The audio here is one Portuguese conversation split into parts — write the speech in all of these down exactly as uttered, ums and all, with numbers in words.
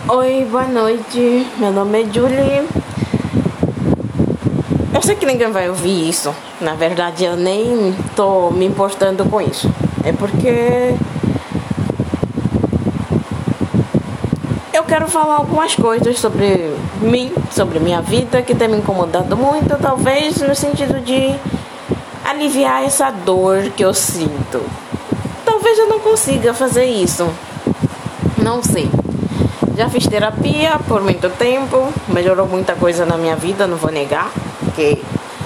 Oi, boa noite. Meu nome é Julie. Eu sei que ninguém vai ouvir isso. Na verdade, eu nem tô me importando com isso. É porque eu quero falar algumas coisas sobre mim, sobre minha vida, que tem me incomodado muito, talvez no sentido de aliviar essa dor que eu sinto. Talvez eu não consiga fazer isso. Não sei. Já fiz terapia por muito tempo, melhorou muita coisa na minha vida, não vou negar, porque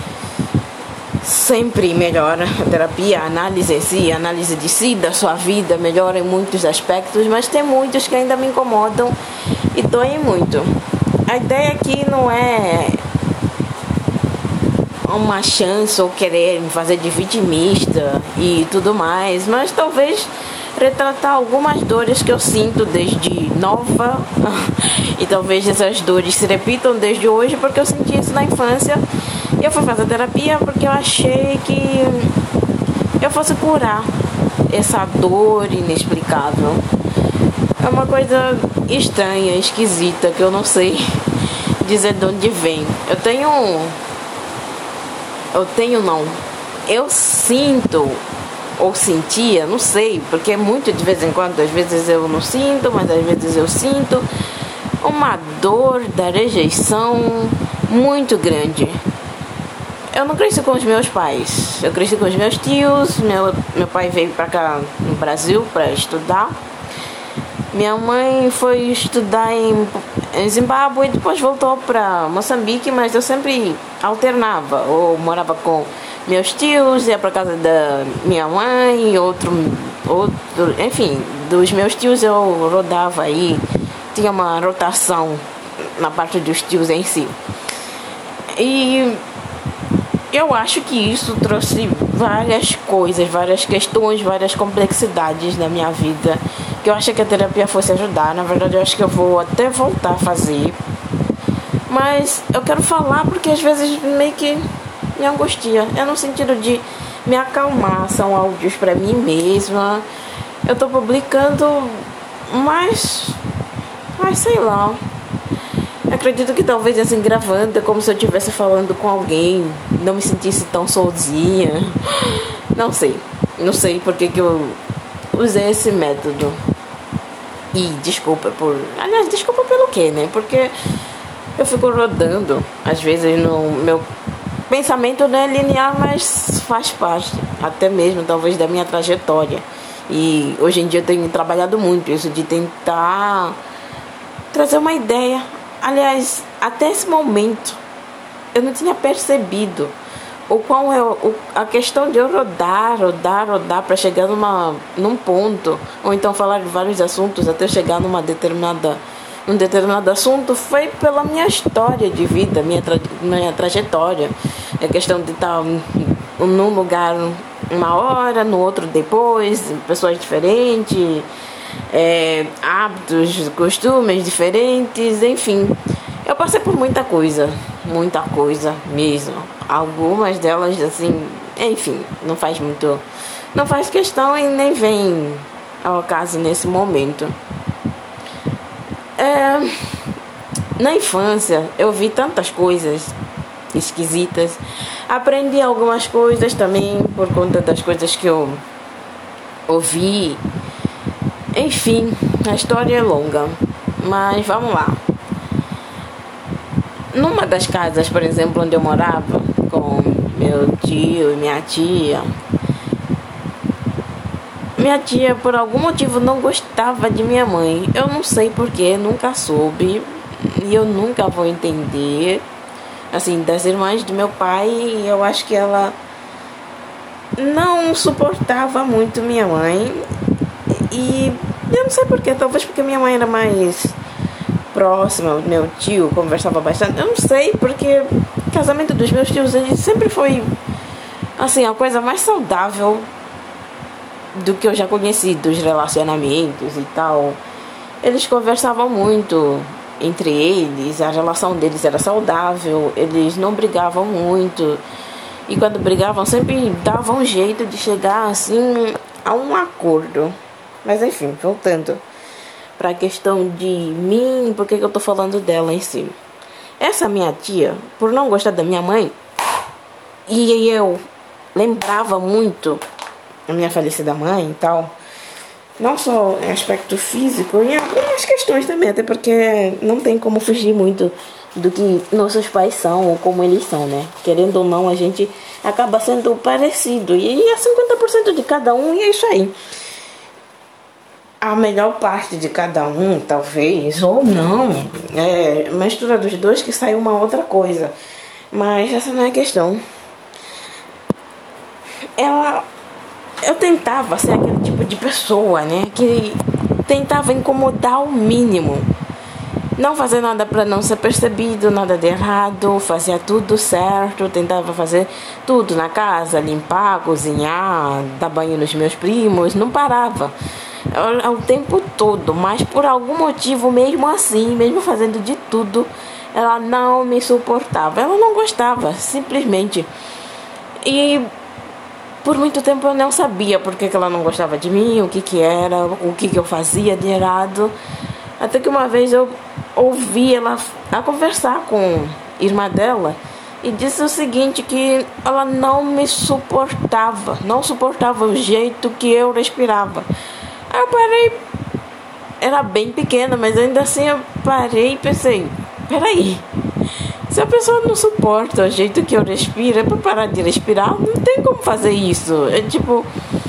sempre melhora a terapia, a análise em si, a análise de si, da sua vida, melhora em muitos aspectos, mas tem muitos que ainda me incomodam e doem muito. A ideia aqui não é uma chance ou querer me fazer de vitimista e tudo mais, mas talvez retratar algumas dores que eu sinto desde nova e talvez essas dores se repitam desde hoje porque eu senti isso na infância e eu fui fazer terapia porque eu achei que eu fosse curar essa dor inexplicável. É uma coisa estranha, esquisita, que eu não sei dizer de onde vem. Eu tenho eu tenho não eu sinto ou sentia, não sei, porque é muito de vez em quando, às vezes eu não sinto, mas às vezes eu sinto uma dor da rejeição muito grande. Eu não cresci com os meus pais, eu cresci com os meus tios, meu, meu pai veio pra cá no Brasil para estudar, minha mãe foi estudar em, em Zimbábue e depois voltou para Moçambique, mas eu sempre alternava, ou morava com meus tios, ia para casa da minha mãe, outro, outro, enfim, dos meus tios eu rodava aí, tinha uma rotação na parte dos tios em si. E eu acho que isso trouxe várias coisas, várias questões, várias complexidades na minha vida, que eu acho que a terapia fosse ajudar. Na verdade, eu acho que eu vou até voltar a fazer, mas eu quero falar porque às vezes meio que me angustia, é no sentido de me acalmar, são áudios pra mim mesma. Eu tô publicando, mas mas sei lá, acredito que talvez assim, gravando é como se eu estivesse falando com alguém, não me sentisse tão sozinha. Não sei, não sei porque que eu usei esse método. E desculpa por, aliás, desculpa pelo quê, né? Porque eu fico rodando às vezes no meu pensamento, não é linear, mas faz parte, até mesmo talvez da minha trajetória. E hoje em dia eu tenho trabalhado muito isso de tentar trazer uma ideia. Aliás, até esse momento eu não tinha percebido o qual é o, a questão de eu rodar, rodar, rodar para chegar numa, num ponto, ou então falar de vários assuntos até chegar numa determinada um determinado assunto, foi pela minha história de vida, minha, tra minha trajetória. É questão de estar num lugar uma hora, no outro depois, pessoas diferentes, é, hábitos, costumes diferentes, enfim. Eu passei por muita coisa, muita coisa mesmo. Algumas delas, assim, enfim, não faz muito, não faz questão e nem vem ao caso nesse momento. É, na infância eu vi tantas coisas esquisitas, aprendi algumas coisas também por conta das coisas que eu ouvi. Enfim, a história é longa, mas vamos lá. Numa das casas, por exemplo, onde eu morava com meu tio e minha tia, minha tia, por algum motivo, não gostava de minha mãe. Eu não sei porquê, nunca soube. E eu nunca vou entender. Assim, das irmãs do meu pai, eu acho que ela não suportava muito minha mãe. E eu não sei porquê, talvez porque minha mãe era mais próxima, meu tio conversava bastante. Eu não sei, porque o casamento dos meus tios, ele sempre foi, assim, a coisa mais saudável do que eu já conheci, dos relacionamentos e tal. Eles conversavam muito entre eles, a relação deles era saudável, eles não brigavam muito, e quando brigavam sempre davam um jeito de chegar assim a um acordo. Mas enfim, voltando para a questão de mim, por que eu tô falando dela em si. Essa minha tia, por não gostar da minha mãe, e eu lembrava muito a minha falecida mãe e tal, não só em aspecto físico, em algumas questões também, até porque não tem como fugir muito do que nossos pais são ou como eles são, né? Querendo ou não, a gente acaba sendo parecido, e é cinquenta por cento de cada um, e é isso aí. A melhor parte de cada um, talvez, ou não, é uma mistura dos dois que sai uma outra coisa, mas essa não é a questão. Ela, eu tentava ser aquele tipo de pessoa, né, que tentava incomodar ao mínimo, não fazer nada para não ser percebido, nada de errado, fazia tudo certo, tentava fazer tudo na casa, limpar, cozinhar, dar banho nos meus primos, não parava o tempo todo, mas por algum motivo, mesmo assim, mesmo fazendo de tudo, ela não me suportava, ela não gostava, simplesmente. E por muito tempo eu não sabia por que ela não gostava de mim, o que que era, o que que eu fazia de errado. Até que uma vez eu ouvi ela a conversar com a irmã dela e disse o seguinte, que ela não me suportava, não suportava o jeito que eu respirava. Aí eu parei, era bem pequena, mas ainda assim eu parei e pensei, peraí, se a pessoa não suporta o jeito que eu respiro, é pra parar de respirar? Não tem como fazer isso. É tipo,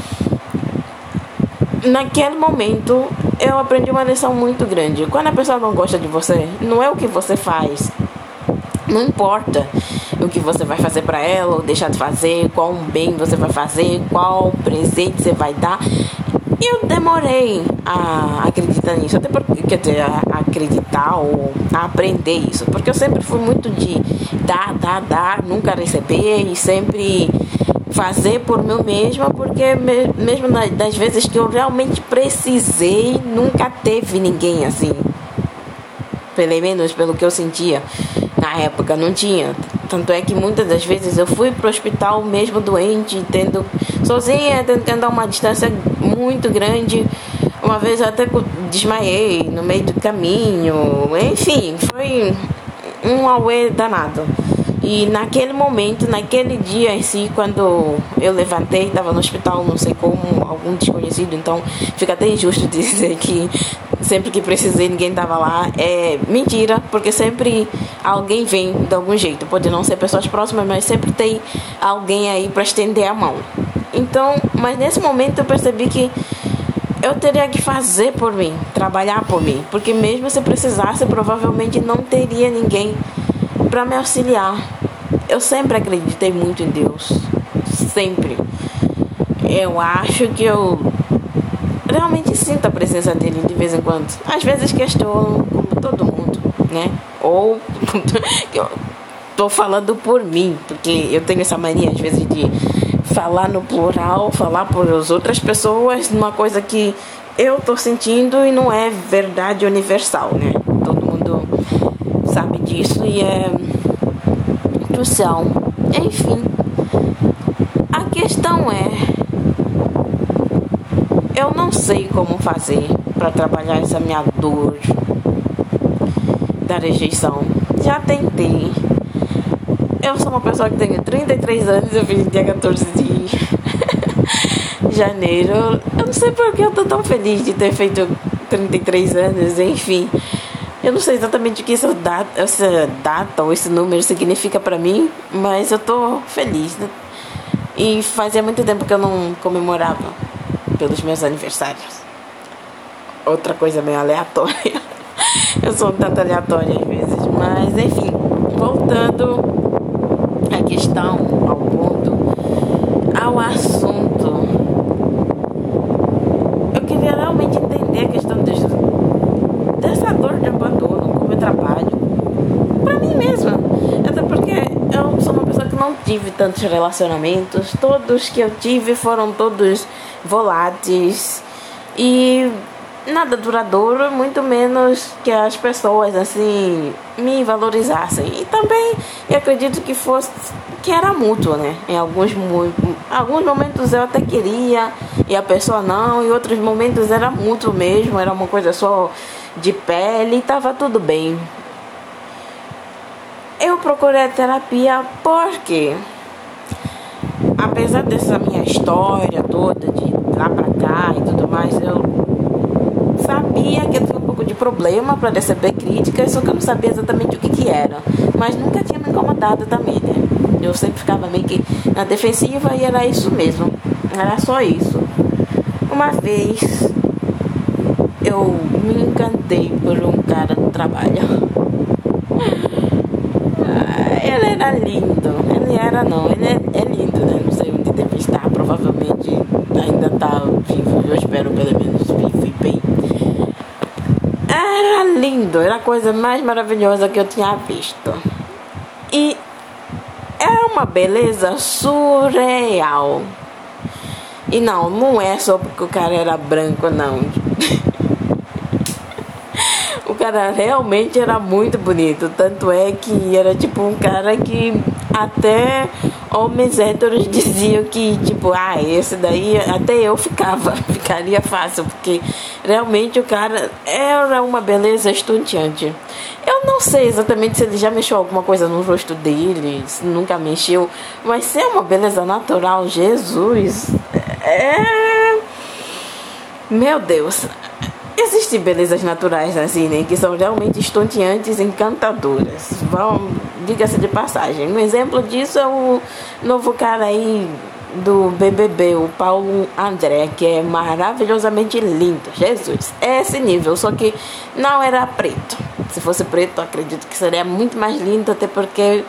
naquele momento eu aprendi uma lição muito grande. Quando a pessoa não gosta de você, não é o que você faz, não importa o que você vai fazer para ela ou deixar de fazer, qual bem você vai fazer, qual presente você vai dar. Eu demorei a acreditar nisso, até porque, quer dizer, a acreditar ou a aprender isso, porque eu sempre fui muito de dar, dar, dar, nunca receber e sempre fazer por mim mesma, porque mesmo das vezes que eu realmente precisei, nunca teve ninguém assim, pelo menos pelo que eu sentia na época, não tinha. Tanto é que muitas das vezes eu fui pro hospital mesmo doente, tendo sozinha, tendo que andar uma distância muito grande. Uma vez eu até desmaiei no meio do caminho. Enfim, foi um auê danado. E naquele momento, naquele dia em si, quando eu levantei, estava no hospital, não sei como, algum desconhecido, então fica até injusto dizer que sempre que precisei ninguém estava lá. É mentira, porque sempre alguém vem de algum jeito. Pode não ser pessoas próximas, mas sempre tem alguém aí para estender a mão. Então, mas nesse momento eu percebi que eu teria que fazer por mim, trabalhar por mim, porque mesmo se precisasse, provavelmente não teria ninguém para me auxiliar. Eu sempre acreditei muito em Deus, sempre. Eu acho que eu realmente sinto a presença dele de vez em quando. Às vezes questiono, como todo mundo, né? Ou eu tô falando por mim, porque eu tenho essa mania às vezes de falar no plural, falar por as outras pessoas, uma coisa que eu tô sentindo e não é verdade universal, né? Todo mundo sabe disso e é crucial. Enfim, a questão é, eu não sei como fazer para trabalhar essa minha dor da rejeição. Já tentei. Eu sou uma pessoa que tenho trinta e três anos, eu fiz dia quatorze de janeiro. Eu não sei por que eu tô tão feliz de ter feito trinta e três anos, enfim. Eu não sei exatamente o que essa data, essa data ou esse número significa pra mim, mas eu tô feliz, né? E fazia muito tempo que eu não comemorava pelos meus aniversários. Outra coisa meio aleatória. Eu sou um tanto aleatória às vezes, mas enfim, voltando à questão, ao ponto, ao assunto, eu queria realmente entender a questão dos, dessa dor de abandono, como eu trabalho pra mim mesma. Até porque eu sou uma pessoa que não tive tantos relacionamentos. Todos que eu tive foram todos voláteis e nada duradouro, muito menos que as pessoas assim me valorizassem. E também eu acredito que fosse que era mútuo, né? Em alguns, alguns momentos eu até queria e a pessoa não, em outros momentos era mútuo mesmo, era uma coisa só de pele e tava tudo bem. Eu procurei a terapia porque, apesar dessa minha história toda de lá pra cá e tudo mais, eu sabia que eu tinha um pouco de problema para receber críticas, só que eu não sabia exatamente o que que era, mas nunca tinha me incomodado também, né? Eu sempre ficava meio que na defensiva e era isso mesmo, era só isso. Uma vez eu me encantei por um cara no trabalho. Ele era lindo, ele era não, ele é, é lindo, né? Não sei onde deve estar, provavelmente ainda está vivo, eu espero pelo menos vivo e bem. Era lindo, era a coisa mais maravilhosa que eu tinha visto. E era uma beleza surreal. E não, não é só porque o cara era branco, não. O cara realmente era muito bonito. Tanto é que era tipo um cara que até homens héteros diziam que tipo, ah, esse daí até eu ficava, ficaria fácil, porque realmente o cara era uma beleza estonteante. Eu não sei exatamente se ele já mexeu alguma coisa no rosto dele, se nunca mexeu, mas se é uma beleza natural, Jesus, é... Meu Deus, existem belezas naturais assim, né, que são realmente estonteantes, encantadoras. Vão, diga-se de passagem. Um exemplo disso é o novo cara aí do B B B, o Paulo André, que é maravilhosamente lindo. Jesus, é esse nível, só que não era preto. Se fosse preto, acredito que seria muito mais lindo, até porque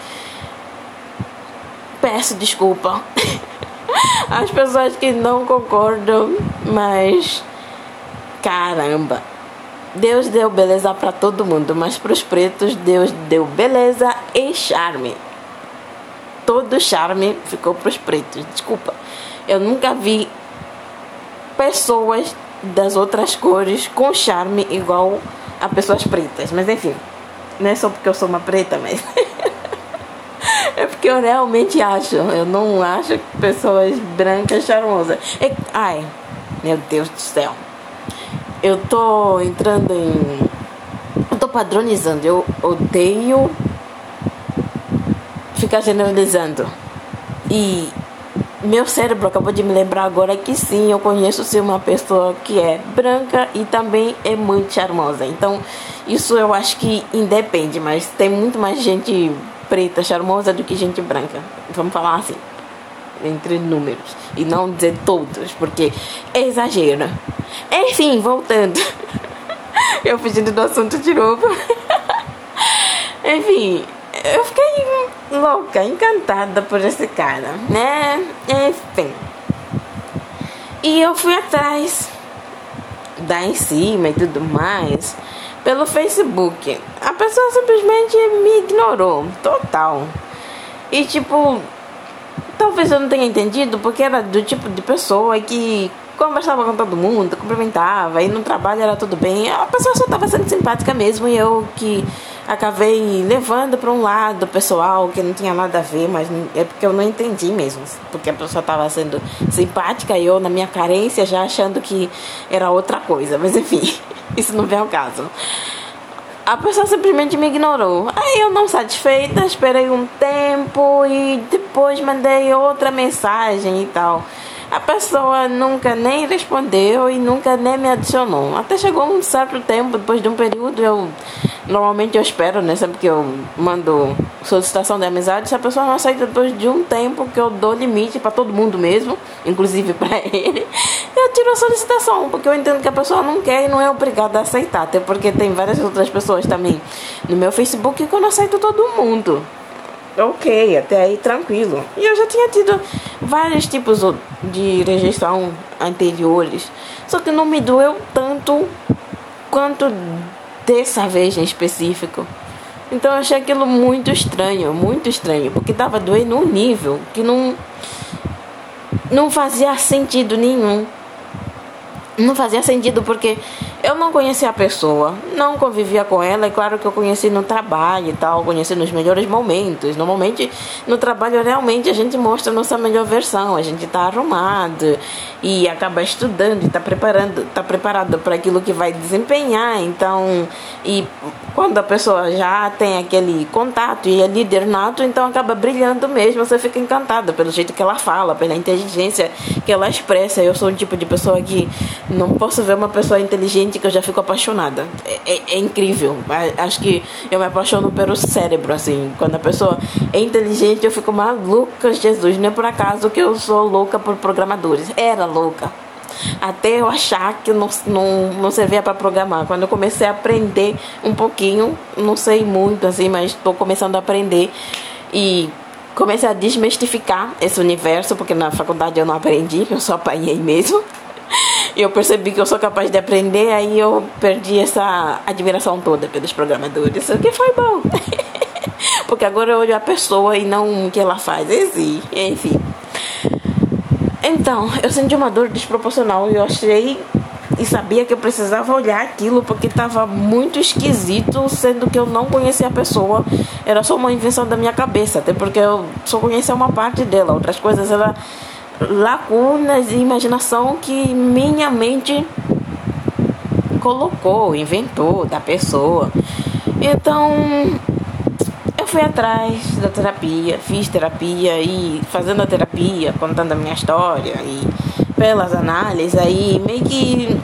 peço desculpa às pessoas que não concordam, mas caramba, Deus deu beleza para todo mundo, mas para os pretos Deus deu beleza e charme. Todo charme ficou para os pretos. Desculpa, eu nunca vi pessoas das outras cores com charme igual a pessoas pretas. Mas enfim, não é só porque eu sou uma preta, mas é porque eu realmente acho. Eu não acho pessoas brancas charmosas. E... ai, meu Deus do céu, eu tô entrando em... eu tô padronizando. Eu odeio ficar generalizando. E meu cérebro acabou de me lembrar agora que sim, eu conheço sim uma pessoa que é branca e também é muito charmosa. Então, isso eu acho que independe, mas tem muito mais gente preta charmosa do que gente branca. Vamos falar assim, entre números. E não dizer todos, porque é exagero. Enfim, voltando. Eu fugindo do assunto de novo. Enfim, eu fiquei louca, encantada por esse cara, né? Enfim. E eu fui atrás da em cima e tudo mais pelo Facebook. A pessoa simplesmente me ignorou, total. E tipo, talvez eu não tenha entendido, porque era do tipo de pessoa que conversava com todo mundo, cumprimentava, e no trabalho era tudo bem. A pessoa só estava sendo simpática mesmo, e eu que acabei levando para um lado pessoal que não tinha nada a ver, mas é porque eu não entendi mesmo, porque a pessoa estava sendo simpática e eu, na minha carência, já achando que era outra coisa. Mas enfim, isso não vem ao caso. A pessoa simplesmente me ignorou. Aí eu, não satisfeita, esperei um tempo e depois mandei outra mensagem e tal. A pessoa nunca nem respondeu e nunca nem me adicionou. Até chegou um certo tempo, depois de um período, eu normalmente eu espero, né? Sempre que eu mando solicitação de amizade, se a pessoa não aceita depois de um tempo, que eu dou limite para todo mundo mesmo, inclusive para ele, eu tiro a solicitação, porque eu entendo que a pessoa não quer e não é obrigada a aceitar. Até porque tem várias outras pessoas também no meu Facebook que eu não aceito todo mundo. Ok, até aí tranquilo. E eu já tinha tido vários tipos de rejeição anteriores, só que não me doeu tanto quanto dessa vez em específico. Então eu achei aquilo muito estranho, muito estranho, porque dava doer num nível que não não fazia sentido nenhum. Não fazia sentido, porque eu não conhecia a pessoa, não convivia com ela. É claro que eu conheci no trabalho e tal, conheci nos melhores momentos. Normalmente no trabalho realmente a gente mostra a nossa melhor versão, a gente está arrumado e acaba estudando e está preparando, tá preparado para aquilo que vai desempenhar. Então, e quando a pessoa já tem aquele contato e é líder nato, então acaba brilhando mesmo. Você fica encantada pelo jeito que ela fala, pela inteligência que ela expressa. Eu sou um tipo de pessoa que não posso ver uma pessoa inteligente que eu já fico apaixonada. É, é, é incrível. Acho que eu me apaixono pelo cérebro, assim. Quando a pessoa é inteligente, eu fico maluca, Jesus. Não é por acaso que eu sou louca por programadores. Era louca. Até eu achar que não, não, não servia para programar. Quando eu comecei a aprender um pouquinho, não sei muito, assim, mas estou começando a aprender e comecei a desmistificar esse universo, porque na faculdade eu não aprendi, eu só apanhei mesmo. E eu percebi que eu sou capaz de aprender, aí eu perdi essa admiração toda pelos programadores, o que foi bom. Porque agora eu olho a pessoa e não o que ela faz, enfim. Então, eu senti uma dor desproporcional e eu achei e sabia que eu precisava olhar aquilo porque estava muito esquisito, sendo que eu não conhecia a pessoa. Era só uma invenção da minha cabeça, até porque eu só conhecia uma parte dela. Outras coisas eram lacunas de imaginação que minha mente colocou, inventou da pessoa. Então eu fui atrás da terapia, fiz terapia e fazendo a terapia, contando a minha história e pelas análises, aí meio que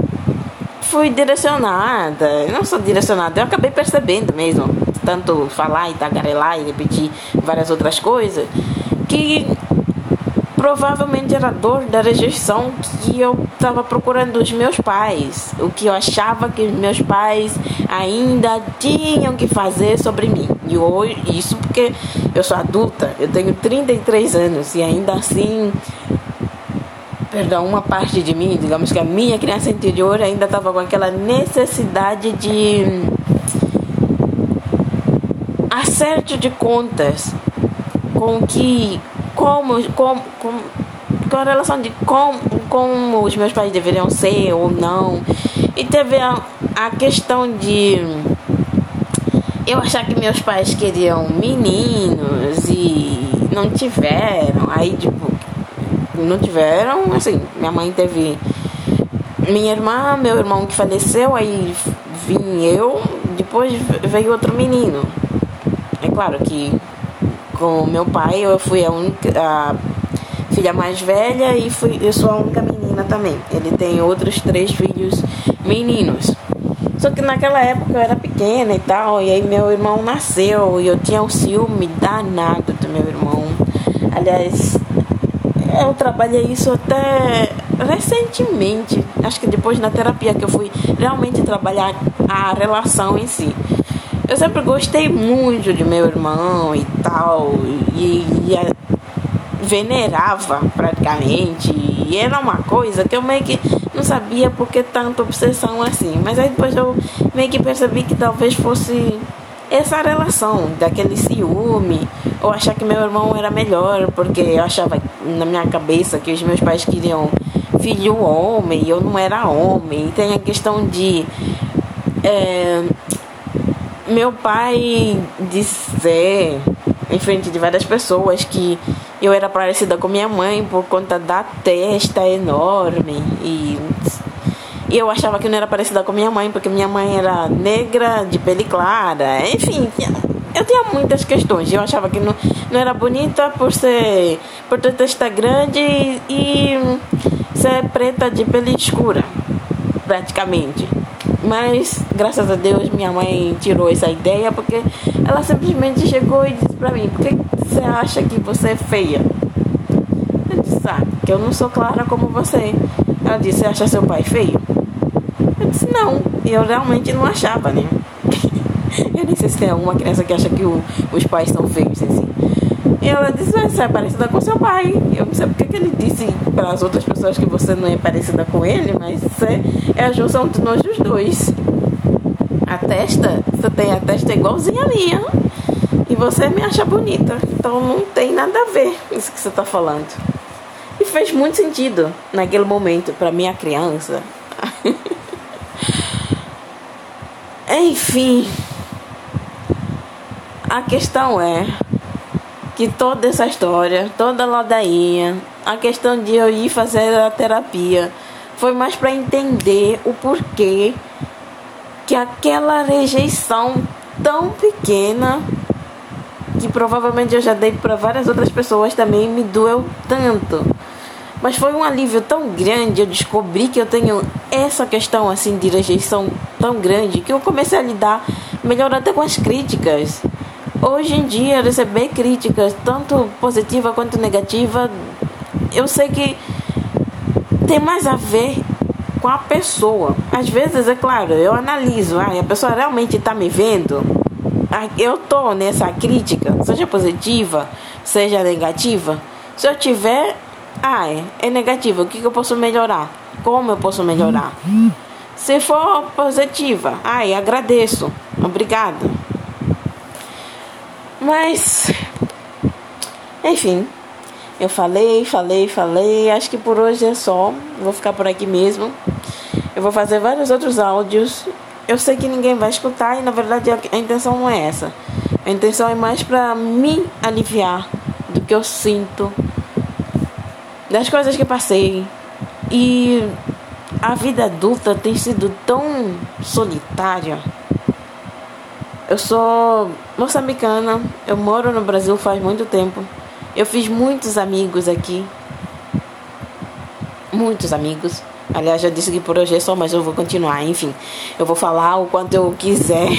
fui direcionada, não sou direcionada, eu acabei percebendo mesmo, tanto falar e tagarelar e repetir várias outras coisas, que provavelmente era a dor da rejeição que eu estava procurando dos meus pais, o que eu achava que os meus pais ainda tinham que fazer sobre mim. E hoje, isso porque eu sou adulta, eu tenho trinta e três anos e ainda assim, perdão, uma parte de mim, digamos que a minha criança interior ainda estava com aquela necessidade de acerto de contas com que como, como, como com a relação de como, como os meus pais deveriam ser ou não. E teve a, a questão de eu achar que meus pais queriam meninos e não tiveram. Aí, tipo, não tiveram, assim, minha mãe teve minha irmã, meu irmão que faleceu, aí vim eu, depois veio outro menino. É claro que com meu pai eu fui a única a filha mais velha e fui, eu sou a única menina também. Ele tem outros três filhos meninos. Só que naquela época eu era pequena e tal, e aí meu irmão nasceu e eu tinha um ciúme danado do meu irmão. Aliás, eu trabalhei isso até recentemente. Acho que depois na terapia que eu fui realmente trabalhar a relação em si. Eu sempre gostei muito de meu irmão e tal, e, e a, venerava praticamente, e era uma coisa que eu meio que não sabia por que tanta obsessão assim, mas aí depois eu meio que percebi que talvez fosse essa relação, daquele ciúme, ou achar que meu irmão era melhor, porque eu achava na minha cabeça que os meus pais queriam filho homem, e eu não era homem. E tem a questão de é, meu pai dizer em frente de várias pessoas que eu era parecida com minha mãe por conta da testa enorme, e, e eu achava que não era parecida com minha mãe porque minha mãe era negra, de pele clara, enfim, eu tinha muitas questões. Eu achava que não, não era bonita por ser por ter testa grande e, e ser preta de pele escura, praticamente. Mas, graças a Deus, minha mãe tirou essa ideia, porque ela simplesmente chegou e disse pra mim: por que você acha que você é feia? Eu disse: ah, que eu não sou clara como você. Ela disse: você acha seu pai feio? Eu disse: não, e eu realmente não achava, né? Eu nem sei se tem alguma criança que acha que o, os pais são feios, assim. E ela disse: você é parecida com seu pai. Eu não sei porque que ele disse para as outras pessoas que você não é parecida com ele, mas você é a junção de nós os dois. A testa, você tem a testa igualzinha a minha, e você me acha bonita. Então não tem nada a ver isso que você está falando. E fez muito sentido naquele momento para minha criança. Enfim, a questão é que toda essa história, toda a ladainha, a questão de eu ir fazer a terapia foi mais para entender o porquê que aquela rejeição tão pequena, que provavelmente eu já dei para várias outras pessoas também, me doeu tanto. Mas foi um alívio tão grande, eu descobri que eu tenho essa questão assim de rejeição tão grande, que eu comecei a lidar melhor até com as críticas. Hoje em dia, receber críticas, tanto positiva quanto negativa, eu sei que tem mais a ver com a pessoa. Às vezes, é claro, eu analiso, ah, a pessoa realmente está me vendo. Eu estou nessa crítica, seja positiva, seja negativa. Se eu tiver, ah, é, é negativa, o que, que eu posso melhorar? Como eu posso melhorar? Se for positiva, ah, agradeço, obrigada. Mas, enfim, eu falei, falei, falei. Acho que por hoje é só. Vou ficar por aqui mesmo. Eu vou fazer vários outros áudios. Eu sei que ninguém vai escutar e na verdade a, a intenção não é essa. A intenção é mais para me aliviar do que eu sinto, das coisas que passei. E a vida adulta tem sido tão solitária. Eu sou moçambicana, eu moro no Brasil faz muito tempo. Eu fiz muitos amigos aqui. Muitos amigos. Aliás, já disse que por hoje é só, mas eu vou continuar. Enfim, eu vou falar o quanto eu quiser.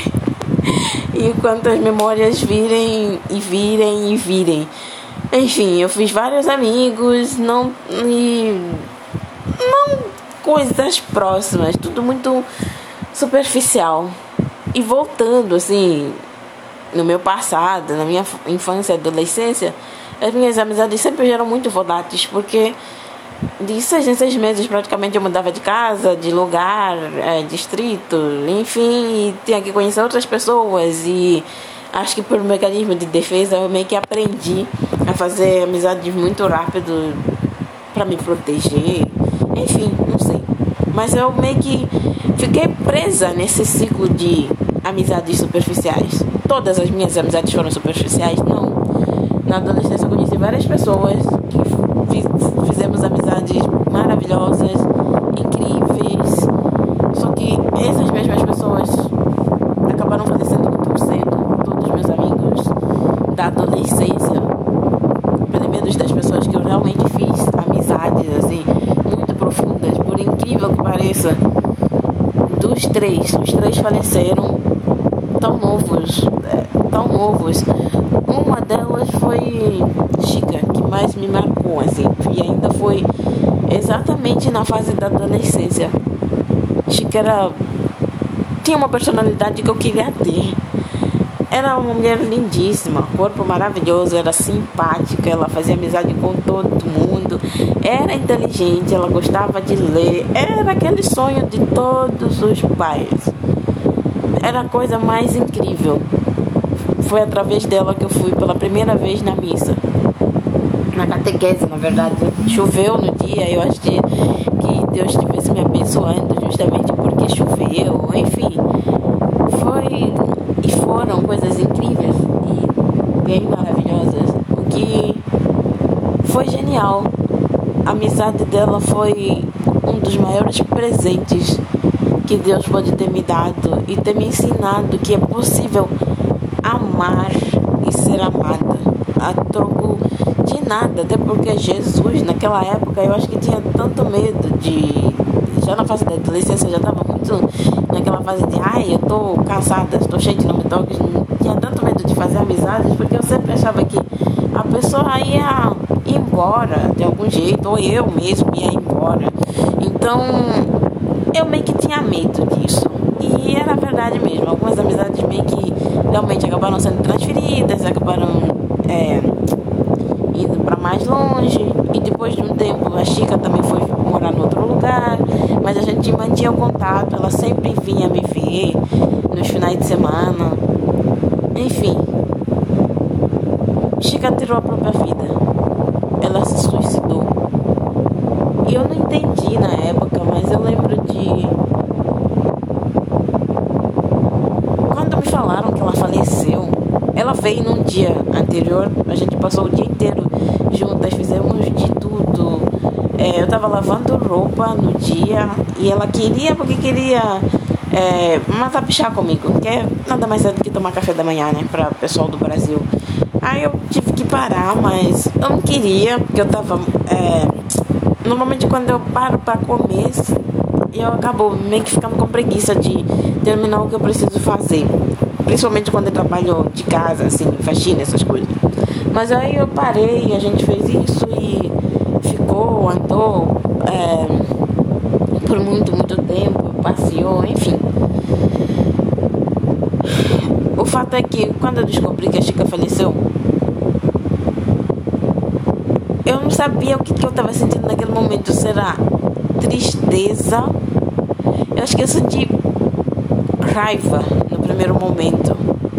E quantas memórias virem e virem e virem. Enfim, eu fiz vários amigos. Não, e não coisas próximas. Tudo muito superficial. E voltando, assim, no meu passado, na minha infância e adolescência, as minhas amizades sempre eram muito voláteis, porque de seis em seis meses praticamente eu mudava de casa, de lugar, é, distrito, enfim, e tinha que conhecer outras pessoas. E acho que por mecanismo de defesa eu meio que aprendi a fazer amizades muito rápido para me proteger. Enfim, não sei. Mas eu meio que fiquei presa nesse ciclo de amizades superficiais. Todas as minhas amizades foram superficiais? Não. Na adolescência eu conheci várias pessoas que fizemos amizades maravilhosas, incríveis. Só que essas mesmas pessoas acabaram falecendo muito cedo. Todos os meus amigos da adolescência, pelo menos das pessoas que eu realmente fiz amizades assim muito profundas, por incrível que pareça, dos três, os três faleceram tão novos, é, tão novos. Uma delas foi Chica, que mais me marcou, assim, e ainda foi exatamente na fase da adolescência. Chica era, tinha uma personalidade que eu queria ter. Era uma mulher lindíssima, corpo maravilhoso, era simpática, ela fazia amizade com todo mundo, era inteligente, ela gostava de ler, era aquele sonho de todos os pais. Era a coisa mais incrível. Foi através dela que eu fui pela primeira vez na missa, na catequese, na verdade. Choveu no dia, eu achei que Deus estivesse me abençoando justamente porque choveu, enfim. Foi e foram coisas incríveis e bem maravilhosas. O que foi genial. A amizade dela foi um dos maiores presentes que Deus pode ter me dado e ter me ensinado que é possível amar e ser amada a troco de nada. Até porque Jesus, naquela época, eu acho que tinha tanto medo de... Já na fase da adolescência, já estava muito naquela fase de ai, eu tô cansada, estou cheia de nome toques. Tinha tanto medo de fazer amizades, porque eu sempre achava que a pessoa ia embora de algum jeito, ou eu mesmo ia embora. Então eu meio que tinha medo disso. E era verdade mesmo. Algumas amizades meio que realmente acabaram sendo transferidas, acabaram é, indo para mais longe. E depois de um tempo a Chica também foi morar em outro lugar, mas a gente mantinha o contato. Ela sempre vinha me ver nos finais de semana. Enfim, Chica tirou a própria vida. Ela se suicidou. E eu não entendi na época, mas eu lembro de ela veio num dia anterior, a gente passou o dia inteiro juntas, fizemos de tudo. É, eu tava lavando roupa no dia e ela queria, porque queria é, matar pichar comigo, que é nada mais é do que tomar café da manhã, né, pra pessoal do Brasil. Aí eu tive que parar, mas eu não queria, porque eu tava... É, normalmente quando eu paro pra comer, eu acabo meio que ficando com preguiça de terminar o que eu preciso fazer. Principalmente quando eu trabalho de casa, assim, faxina, essas coisas. Mas aí eu parei, a gente fez isso e ficou, andou é, por muito, muito tempo, passeou, enfim. O fato é que quando eu descobri que a Chica faleceu, eu não sabia o que, que eu estava sentindo naquele momento. Será tristeza? Eu acho que eu senti raiva no primeiro momento.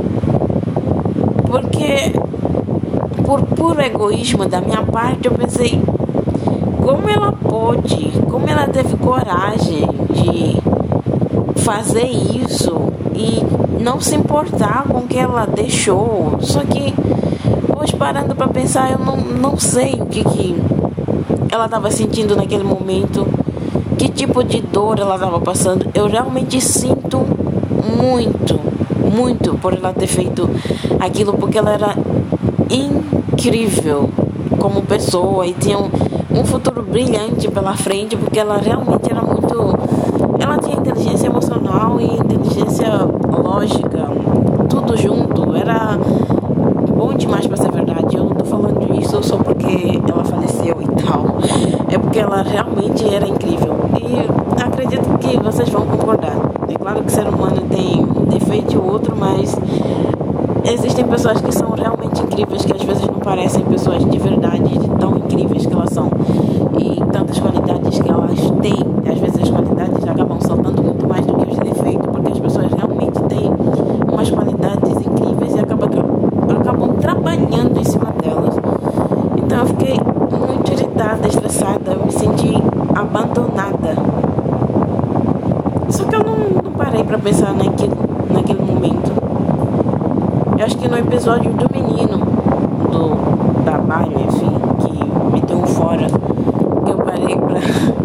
Porque, por puro egoísmo da minha parte, eu pensei: como ela pode, como ela teve coragem de fazer isso e não se importar com o que ela deixou. Só que, hoje parando para pensar, eu não, não sei o que, que ela estava sentindo naquele momento, que tipo de dor ela estava passando. Eu realmente sinto muito, muito por ela ter feito aquilo, porque ela era incrível como pessoa e tinha um, um futuro brilhante pela frente, porque ela realmente era muito... Ela tinha inteligência emocional e inteligência lógica, tudo junto. Era bom demais pra ser verdade. Eu não tô falando isso só porque ela faleceu e tal. É porque ela realmente era incrível. E acredito que vocês vão concordar. É claro que o ser humano tem um defeito ou outro, mas existem pessoas que são realmente incríveis, que às vezes não parecem pessoas de verdade, de tão incríveis que elas são. E tantas qualidades que elas têm. E às vezes as qualidades acabam saltando muito mais do que os defeitos, porque as pessoas realmente têm umas qualidades incríveis e acabam, acabam trabalhando em cima delas. Então eu fiquei muito irritada, estressada, eu me senti abandonada. Só que eu não, não parei pra pensar naquilo, naquele momento. Eu acho que no episódio do menino, do trabalho, enfim, que me deu um fora, que eu parei pra...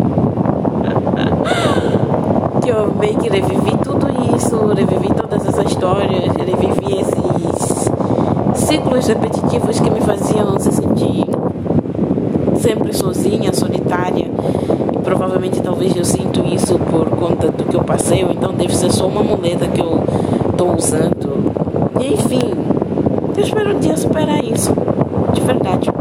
que eu meio que revivi tudo isso, revivi todas essas histórias, revivi esses ciclos repetitivos que me faziam se sentir sempre sozinha, solitária. E provavelmente talvez eu sinto isso por conta do que eu passei, ou então deve ser só uma muleta que eu tô usando. E enfim, eu espero um dia superar isso, de verdade.